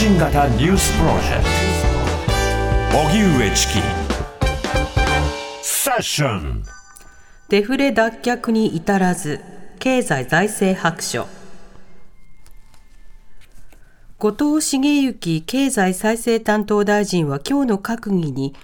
信型ニュースプロジェクト荻上チキセッション。 デフレ脱却に至らず経済財政白書。後藤茂之経済再生担当大臣は今日の閣議に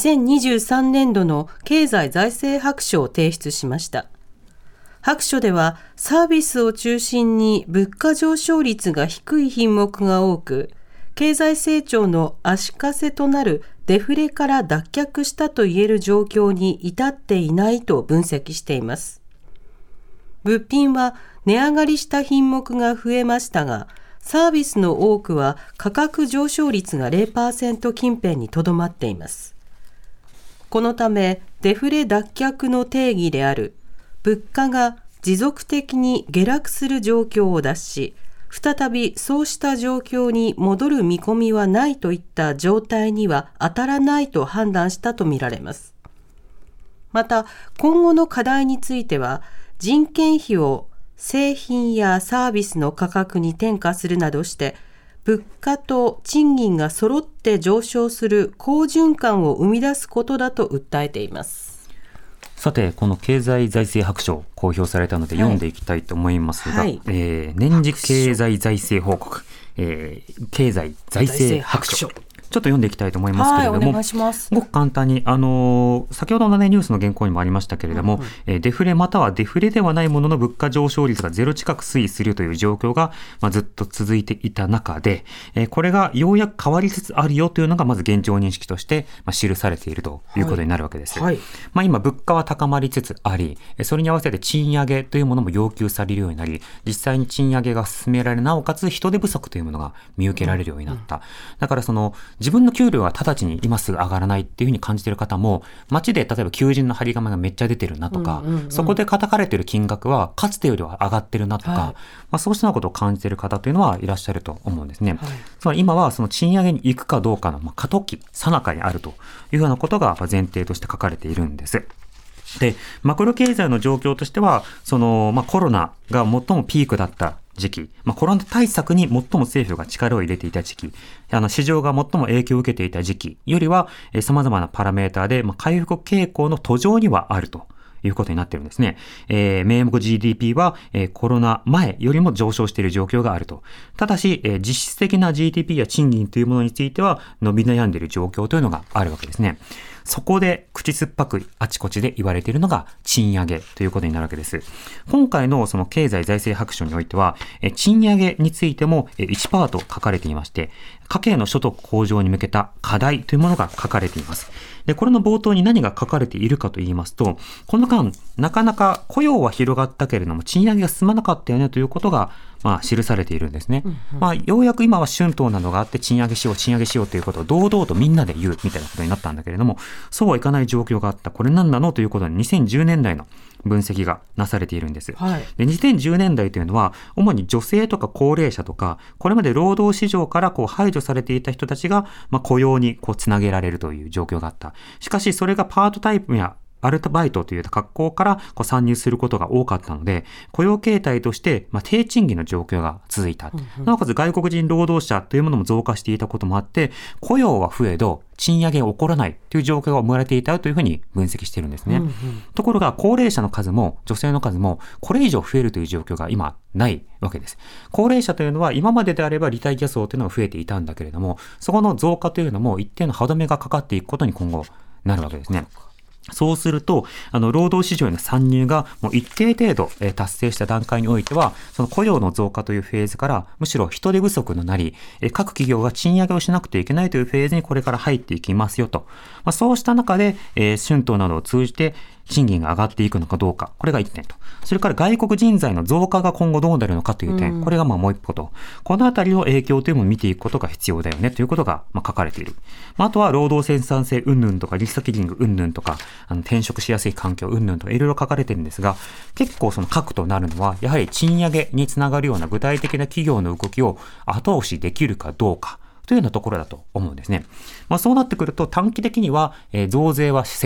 2023年度の経済財政白書を提出しました。白書ではサービスを中心に物価上昇率が低い品目が多く、経済成長の足かせとなるデフレから脱却したといえる状況に至っていないと分析しています。物品は値上がりした品目が増えましたが、サービスの多くは価格上昇率が 0% 近辺にとどまっています。このためデフレ脱却の定義である物価が持続的に下落する状況を脱し、再びそうした状況に戻る見込みはないといった状態には当たらないと判断したとみられます。また、今後の課題については、人件費を製品やサービスの価格に転嫁するなどして、物価と賃金が揃って上昇する好循環を生み出すことだと訴えています。 さて、この経済財政白書公表されたので読んでいきたいと思いますが、年次経済財政報告、経済財政白書ちょっと読んでいきたいと思いますけれども、 お願いします。 ごく簡単に、先ほどの、ニュースの原稿にもありましたけれども、デフレまたはデフレではないものの物価上昇率がゼロ近く推移するという状況が、ずっと続いていた中で、これがようやく変わりつつあるよというのがまず現状認識として、記されているということになるわけです。今物価は高まりつつあり、それに合わせて賃上げというものも要求されるようになり、実際に賃上げが進められ、なおかつ人手不足というものが見受けられるようになった。だから自分の給料が直ちに今すぐ上がらないっていうふうに感じている方も、街で例えば求人の張り紙がめっちゃ出てるなとか、そこで叩かれている金額はかつてよりは上がってるなとか、そうしたようなことを感じている方というのはいらっしゃると思うんですね。つまり今はその賃上げに行くかどうかの過渡期、最中にあるというようなことが前提として書かれているんです。で、マクロ経済の状況としては、コロナが最もピークだった時期、コロナ対策に最も政府が力を入れていた時期、市場が最も影響を受けていた時期よりは、様々なパラメーターで、回復傾向の途上にはあるということになっているんですね。名目 GDP は、コロナ前よりも上昇している状況があると。ただし、実質的な GDP や賃金というものについては伸び悩んでいる状況というのがあるわけですね。そこで口酸っぱくあちこちで言われているのが賃上げということになるわけです。今回のその経済財政白書においては、賃上げについても1%と書かれていまして、家計の所得向上に向けた課題というものが書かれています。で、これの冒頭に何が書かれているかと言いますと、この間、なかなか雇用は広がったけれども、賃上げが進まなかったよねということが、記されているんですね。ようやく今は春闘などがあって、賃上げしようということを堂々とみんなで言うみたいなことになったんだけれども、そうはいかない状況があった。これ何なのということで、2010年代の分析がなされているんです。で、2010年代というのは、主に女性とか高齢者とか、これまで労働市場から排除されていた人たちが、雇用につなげられるという状況があった。しかし、それがパートタイプやアルバイトという格好から参入することが多かったので、雇用形態として低賃金の状況が続いた。なおかつ外国人労働者というものも増加していたこともあって、雇用は増えど賃上げが起こらないという状況が生まれていたというふうに分析しているんですね。ところが高齢者の数も女性の数もこれ以上増えるという状況が今ないわけです。高齢者というのは今までであればリタイア層というのが増えていたんだけれども、そこの増加というのも一定の歯止めがかかっていくことに今後なるわけですね。そうすると、労働市場への参入がもう一定程度、達成した段階においては、その雇用の増加というフェーズから、むしろ人手不足のなり、各企業が賃上げをしなくてはいけないというフェーズにこれから入っていきますよと。そうした中で、春闘などを通じて、賃金が上がっていくのかどうか。これが1点と。それから外国人材の増加が今後どうなるのかという点。これがもう1個と。このあたりの影響というのを見ていくことが必要だよねということが書かれている。あとは労働生産性云々とかリストキリング云々とか、転職しやすい環境云々とかいろいろ書かれてるんですが、結構その核となるのは、やはり賃上げにつながるような具体的な企業の動きを後押しできるかどうか。というようなところだと思うんですね。そうなってくると短期的には増税はせず、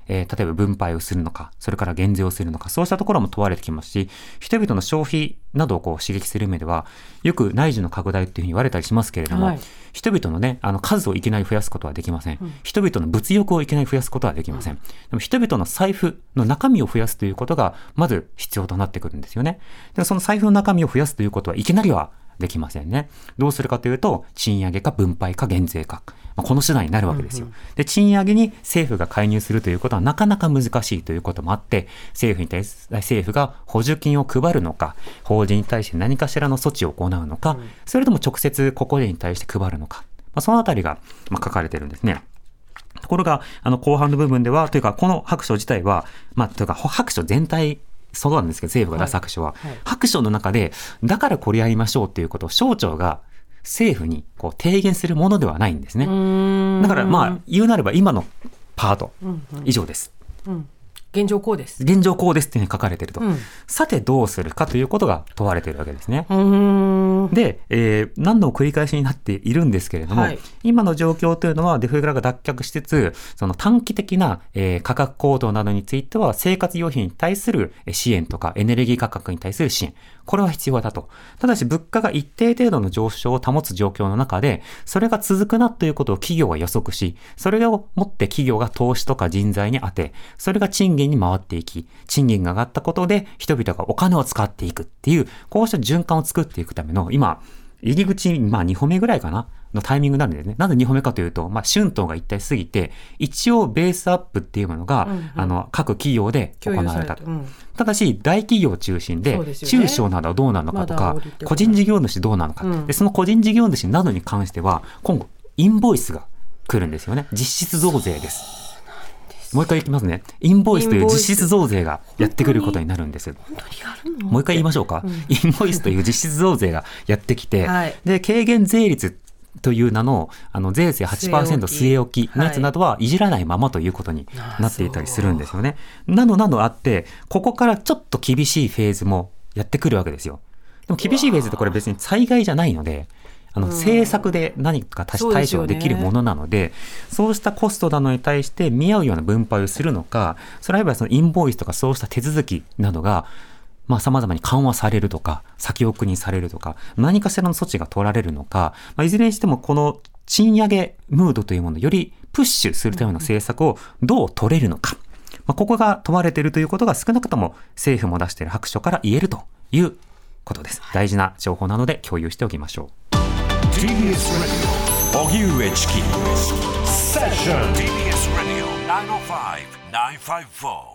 例えば分配をするのか、それから減税をするのか、そうしたところも問われてきますし、人々の消費などを刺激する上では、よく内需の拡大っていうふうに言われたりしますけれども、人々のね、数をいきなり増やすことはできません。人々の物欲をいきなり増やすことはできません。でも人々の財布の中身を増やすということが、まず必要となってくるんですよね。で、その財布の中身を増やすということはいきなりはできませんね。どうするかというと、賃上げか分配か減税か。この手段になるわけですよ。で、賃上げに政府が介入するということはなかなか難しいということもあって、政府が補助金を配るのか、法人に対して何かしらの措置を行うのか、それとも直接個々人に対して配るのか、そのあたりが書かれてるんですね。ところが、後半の部分では、というか、この白書自体は、というか、白書全体、そうなんですけど、政府が出す白書は、白書の中で、だからこれやりましょうということを省庁が政府に提言するものではないんですね。だから言うなれば今のパート以上です。 現状こうです。 現状こうですっていうふうに書かれていると。さてどうするかということが問われているわけですね。で、何度も繰り返しになっているんですけれども、今の状況というのはデフレが脱却しつつ、その短期的な、価格高騰などについては生活用品に対する支援とかエネルギー価格に対する支援、これは必要だと。ただし物価が一定程度の上昇を保つ状況の中で、それが続くなということを企業は予測し、それをもって企業が投資とか人材に当て、それが賃金に回っていき、賃金が上がったことで人々がお金を使っていくっていう、こうした循環を作っていくための、今、入り口、2歩目ぐらいかなのタイミングになるんですね。なぜ2歩目かというと、春闘が一体過ぎて、一応ベースアップっていうものが、各企業で行われたと。ただし、大企業中心で、中小などはどうなのかとか、個人事業主どうなのか、で、その個人事業主などに関しては、今後、インボイスが来るんですよね。実質増税です。もう一回言いますね。インボイスという実質増税がやってくることになるんです。 本当にやるの？ もう一回言いましょうか。インボイスという実質増税がやってきて、で、軽減税率という名の、税制 8% 据え置きのやつなどはいじらないままということになっていたりするんですよね。などあって、ここからちょっと厳しいフェーズもやってくるわけですよ。でも厳しいフェーズってこれ別に災害じゃないので、政策で何か対処できるものなので、そうしたコストなどに対して見合うような分配をするのか、それあればそのインボイスとかそうした手続きなどが、様々に緩和されるとか、先送りにされるとか、何かしらの措置が取られるのか、いずれにしてもこの賃上げムードというものをよりプッシュするための政策をどう取れるのか。ここが問われているということが少なくとも政府も出している白書から言えるということです。大事な情報なので共有しておきましょう。 TBS Radio 荻上チキセッション TBS Radio 905-954